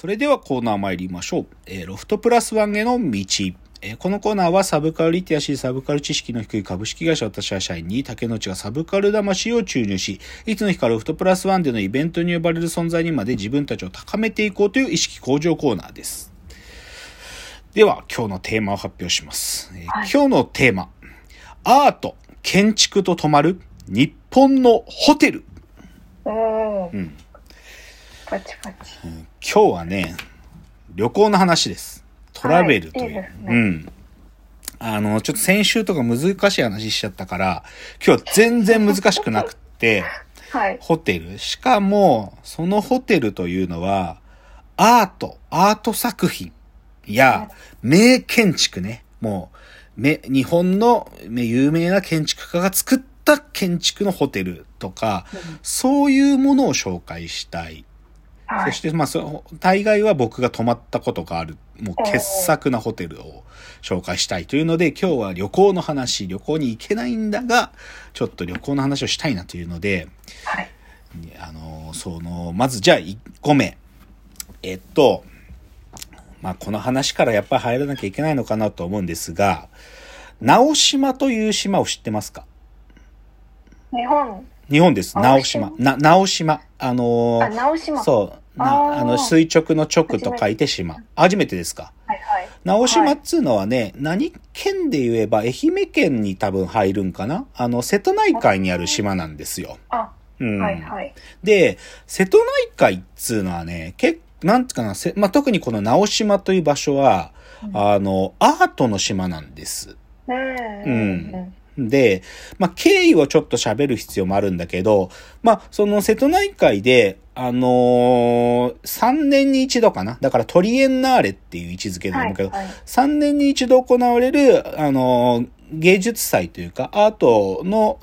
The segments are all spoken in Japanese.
それではコーナー参りましょう。ロフトプラスワンへの道。このコーナーはサブカルリテラシー、サブカル知識の低い株式会社私は社員に竹之内がサブカル魂を注入し、いつの日かロフトプラスワンでのイベントに呼ばれる存在にまで自分たちを高めていこうという意識向上コーナーです。では今日のテーマを発表します。今日のテーマ、アート、建築と泊まる日本のホテル。 パチパチ。 今日はね、旅行の話です。トラベルという。 いいですね。 ちょっと先週とか難しい話しちゃったから、今日は全然難しくなくって、 はい。 ホテル。しかも、そのホテルというのは、アート作品や名建築ね。もう、日本の有名な建築家が作った建築のホテルとか、そういうものを紹介したい。 はい、 そして、大概は僕が泊まったことがある、もう傑作なホテルを紹介したいというので、今日は旅行の話、旅行に行けないんだが、ちょっと旅行の話をしたいなというので、 はい、 まずじゃあ1個目。この話からやっぱり入らなきゃいけないのかなと思うんですが、直島という島を知ってますか？日本です。直島。直島。 直島。 そう。垂直の直と書いて島。初めてですか？ はいはい。 直島っつうのはね、何県で言えば愛媛県に多分入るんかな？瀬戸内海にある島なんですよ。 はいはい。 で、瀬戸内海っつうのはね、なんつうかな、特にこの直島という場所は、アートの島なんです。で、経緯をちょっと喋る必要もあるんだけど、その瀬戸内海で、3年に一度かな。だからトリエンナーレっていう位置づけなんだけど、3年に一度行われる、芸術祭というか、アートの、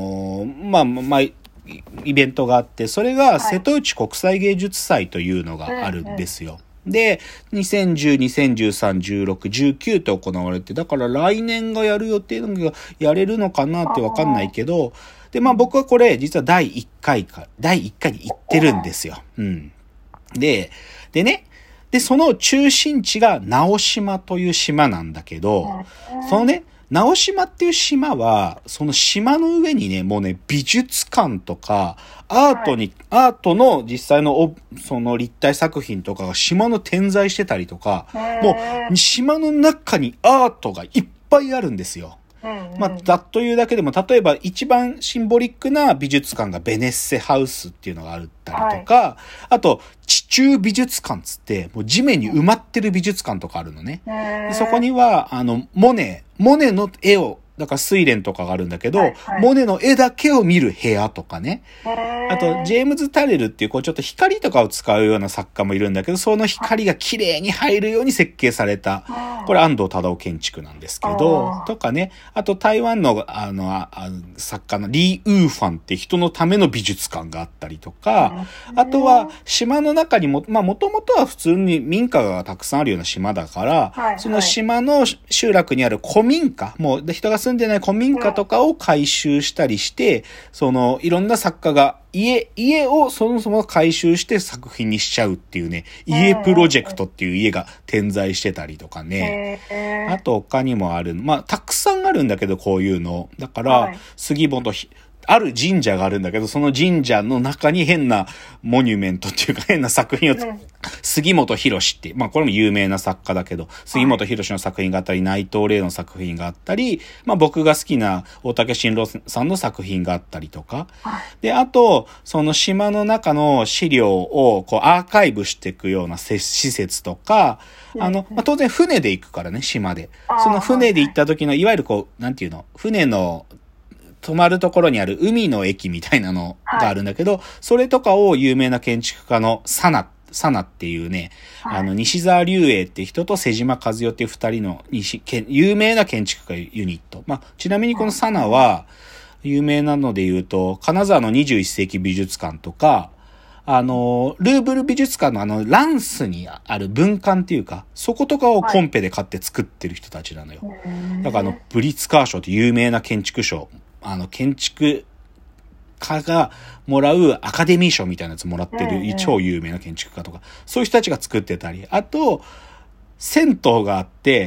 イベントがあって、それが瀬戸内国際芸術祭というのがあるんですよ。で、2010、2013、16、19と行われて、だから来年がやる予定なんだけど、やれるのかなってわかんないけど、で、僕はこれ、実は第1回に行ってるんですよ。でね、その中心地が直島という島なんだけど、そのね、直島っていう島は、その島の上にね、もうね、美術館とか、アートの実際のその立体作品とかが島の点在してたりとか、もう島の中にアートがいっぱいあるんですよ。ざっと言うだけでも、例えば一番シンボリックな美術館がベネッセハウスっていうのがあったりとか、あと地中美術館つって、もう地面に埋まってる美術館とかあるのね。でそこには、モネの絵を、だから睡蓮とかがあるんだけど、モネの絵だけを見る部屋とかね。あと、ジェームズ・タレルっていう、ちょっと光とかを使うような作家もいるんだけど、その光が綺麗に入るように設計された、これ安藤忠雄建築なんですけど、とかね。あと、台湾の、作家のリー・ウーファンって人のための美術館があったりとか、あとは、島の中にも、もともとは普通に民家がたくさんあるような島だから、その島の集落にある古民家、もう人が住んでない古民家とかを改修したりして、いろんな作家が家をそもそも改修して作品にしちゃうっていうね、家プロジェクトっていう家が点在してたりとかね。あと他にもある。たくさんあるんだけど、こういうの。だから、ある神社があるんだけど、その神社の中に変なモニュメントっていうか変な作品を、杉本博司って、これも有名な作家だけど、杉本博司の作品があったり、内藤玲の作品があったり、僕が好きな大竹新郎さんの作品があったりとか。で、あと、その島の中の資料をアーカイブしていくような施設とか、当然船で行くからね、島で。その船で行った時の、いわゆる船の、泊まるところにある海の駅みたいなのがあるんだけど、それとかを有名な建築家のサナっていうね、西沢隆英って人と瀬島和代っていう二人の有名な建築家ユニット。ちなみにこのサナは、有名なので言うと、金沢の21世紀美術館とか、ルーブル美術館のランスにある文館っていうか、そことかをコンペで買って作ってる人たちなのよ。だからブリツカー賞って有名な建築賞、建築家がもらうアカデミー賞みたいなやつもらってる超有名な建築家とか、そういう人たちが作ってたり、あと、銭湯があって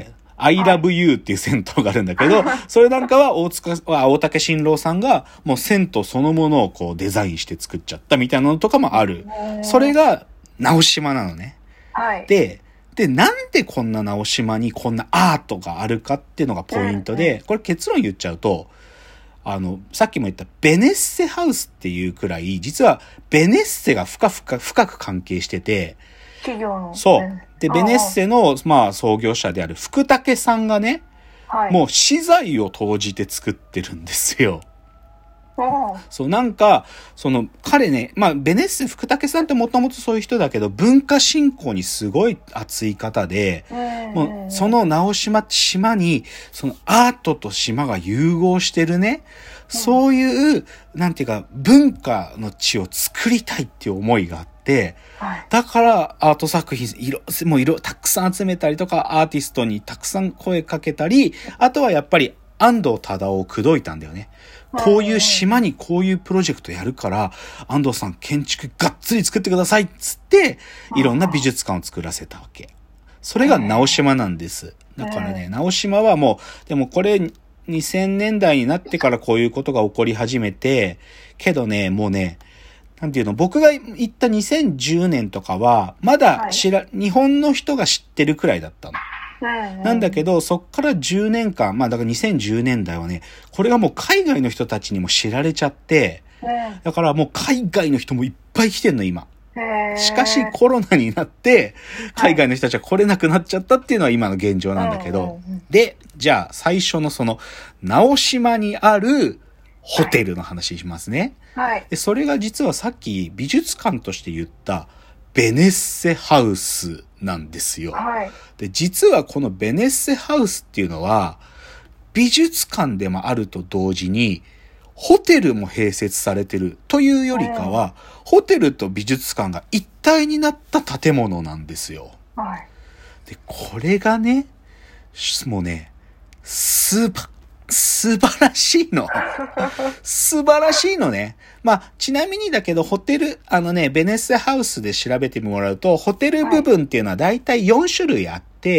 、I love you っていう銭湯があるんだけど、それなんかは大竹新郎さんがもう銭湯そのものをこうデザインして作っちゃったみたいなのとかもある。それが直島なのね。 はい。 で、なんでこんな直島にこんなアートがあるかっていうのがポイントで、これ結論言っちゃうと、さっきも言ったベネッセハウスっていうくらい、実はベネッセが深く関係してて、 企業の。 そう。で、ベネッセの、まあ、創業者である福武さんがね、 はい、 もう資材を投じて作ってるんですよ。そう、なんか、彼ね、まあ、ベネッセ福武さんってもともとそういう人だけど、文化振興にすごい熱い方で、もう、その直島って島に、そのアートと島が融合してるね、そういう、なんていうか、文化の地を作りたいっていう思いがあって、だからアート作品、たくさん集めたりとか、アーティストにたくさん声かけたり、あとはやっぱり安藤忠雄を口説いたんだよね。こういう島にこういうプロジェクトやるから、安藤さん建築がっつり作ってくださいっつって、いろんな美術館を作らせたわけ。それが直島なんです。だからね、直島はもう、でもこれ2000年代になってからこういうことが起こり始めて、けどね、もうね、なんていうの、僕が行った2010年とかは、まだ日本の人が知ってるくらいだったの。なんだけど、そっから10年間、まあだから2010年代はね、これがもう海外の人たちにも知られちゃって、だからもう海外の人もいっぱい来てんの、今。しかしコロナになって、海外の人たちは来れなくなっちゃったっていうのは今の現状なんだけど、で、じゃあ最初の直島にあるホテルの話しますね。で、それが実はさっき美術館として言ったベネッセハウスなんですよ。で、実はこのベネッセハウスっていうのは美術館でもあると同時にホテルも併設されてるというよりかは、ホテルと美術館が一体になった建物なんですよ。で、これがね、もうね、素晴らしいの。素晴らしいのね。まあ、ちなみにだけど、ホテル、ベネッセハウスで調べてもらうと、ホテル部分っていうのはだいたい4種類あって、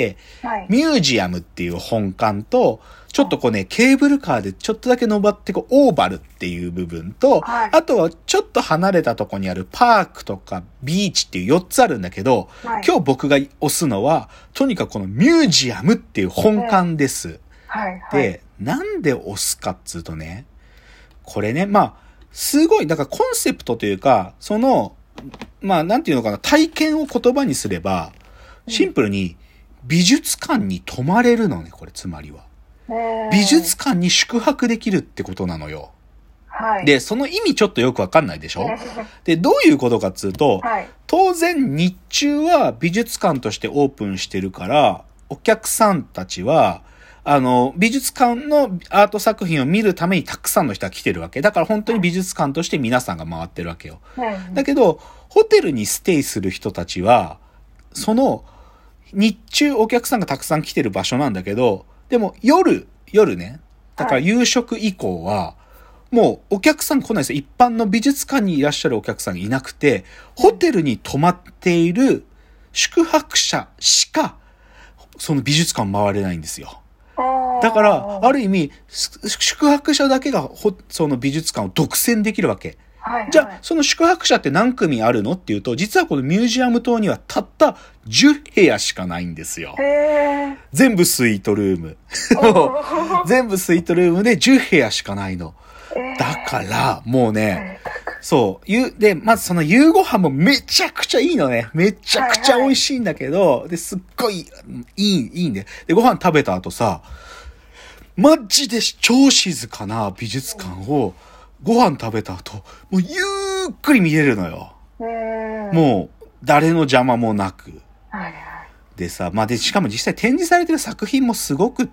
ミュージアムっていう本館と、ちょっとこうね、ケーブルカーでちょっとだけ登ってオーバルっていう部分と、あとはちょっと離れたとこにあるパークとかビーチっていう4つあるんだけど、今日僕が推すのは、とにかくこのミュージアムっていう本館です。で、なんで推すかっつうとね、これね、まあ、すごい、だからコンセプトというか、まあ、なんていうのかな、体験を言葉にすれば、シンプルに美術館に泊まれるのね、これ、つまりは。美術館に宿泊できるってことなのよ。で、その意味ちょっとよくわかんないでしょ？で、どういうことかっつうと、当然日中は美術館としてオープンしてるから、お客さんたちは、美術館のアート作品を見るためにたくさんの人が来てるわけ。だから本当に美術館として皆さんが回ってるわけよ。だけど、ホテルにステイする人たちは、日中お客さんがたくさん来てる場所なんだけど、でも夜ね、だから夕食以降は、もうお客さん来ないですよ。一般の美術館にいらっしゃるお客さんいなくて、ホテルに泊まっている宿泊者しか、その美術館回れないんですよ。だから、ある意味、宿泊者だけがその美術館を独占できるわけ。じゃあ、その宿泊者って何組あるのっていうと、実はこのミュージアム棟にはたった10部屋しかないんですよ。全部スイートルーム。全部スイートルームで10部屋しかないの。だから、もうね、そう。で、まずその夕ご飯もめちゃくちゃいいのね。めちゃくちゃ美味しいんだけど、で、すっごいいいんで。で、ご飯食べた後さ、マジで超静かな美術館を、ご飯食べた後、もうゆっくり見れるのよ。もう、誰の邪魔もなく。 でさ、まあで、しかも実際展示されてる作品もすごくって、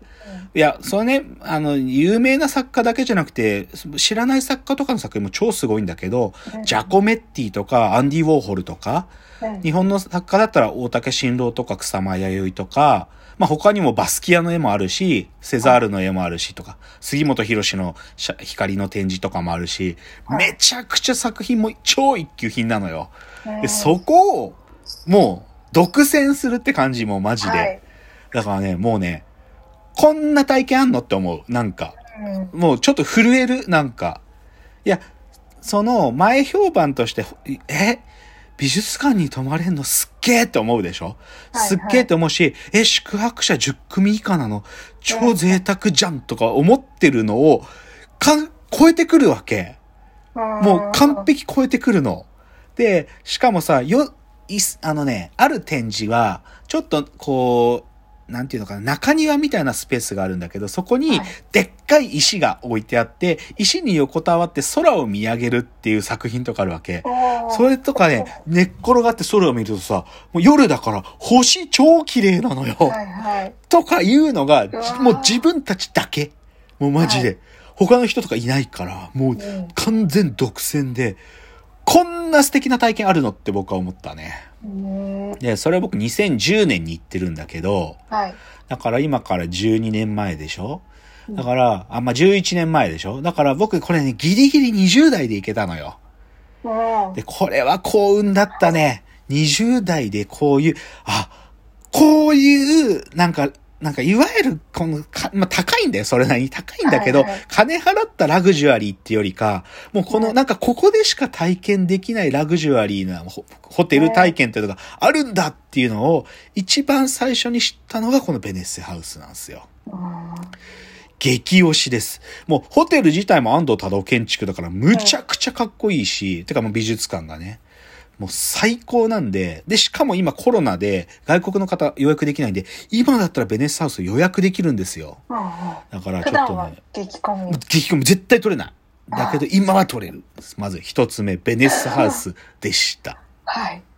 いや、そのね、有名な作家だけじゃなくて、知らない作家とかの作品も超すごいんだけど、ジャコメッティとか、アンディ・ウォーホルとか、日本の作家だったら大竹新郎とか草間彌生とか、まあ他にもバスキアの絵もあるし、セザールの絵もあるしとか、杉本博の光の展示とかもあるし、めちゃくちゃ作品も超一級品なのよ。で、そこを、もう、独占するって感じもマジで。だからね、もうね、こんな体験あんのって思う。なんか。もうちょっと震える。なんか。いや、その前評判として、美術館に泊まれんのすっげーって思うでしょ、すっげーって思うし、宿泊者10組以下なの超贅沢じゃんとか思ってるのを、超えてくるわけ。もう完璧超えてくるの。で、しかもさ、ある展示は、ちょっとこう、なんていうのかな、中庭みたいなスペースがあるんだけど、そこにでっかい石が置いてあって、石に横たわって空を見上げるっていう作品とかあるわけ。それとかね、寝っ転がって空を見るとさ、もう夜だから星超綺麗なのよ。とかいうのが、もう自分たちだけ。もうマジで。他の人とかいないから、もう完全独占で、こんな素敵な体験あるのって僕は思ったね。で、それは僕2010年に行ってるんだけど、だから今から12年前でしょ、だから、11年前でしょ、だから僕これね、ギリギリ20代で行けたのよ。で、これは幸運だったね。20代でこういう、こういう、いわゆる、高いんだよ、それなりに高いんだけど、金払ったラグジュアリーってよりか、もうこの、ここでしか体験できないラグジュアリーなホテル体験っていうのがあるんだっていうのを、一番最初に知ったのがこのベネッセハウスなんですよ。激推しです。もう、ホテル自体も安藤忠雄建築だから、むちゃくちゃかっこいいし、てかもう美術館がね。もう最高なんで、しかも今コロナで外国の方予約できないんで、今だったらベネッセハウス予約できるんですよ。だからちょっとね、激混み絶対取れない。だけど今は取れる。まず一つ目、ベネッセハウスでした。 はい。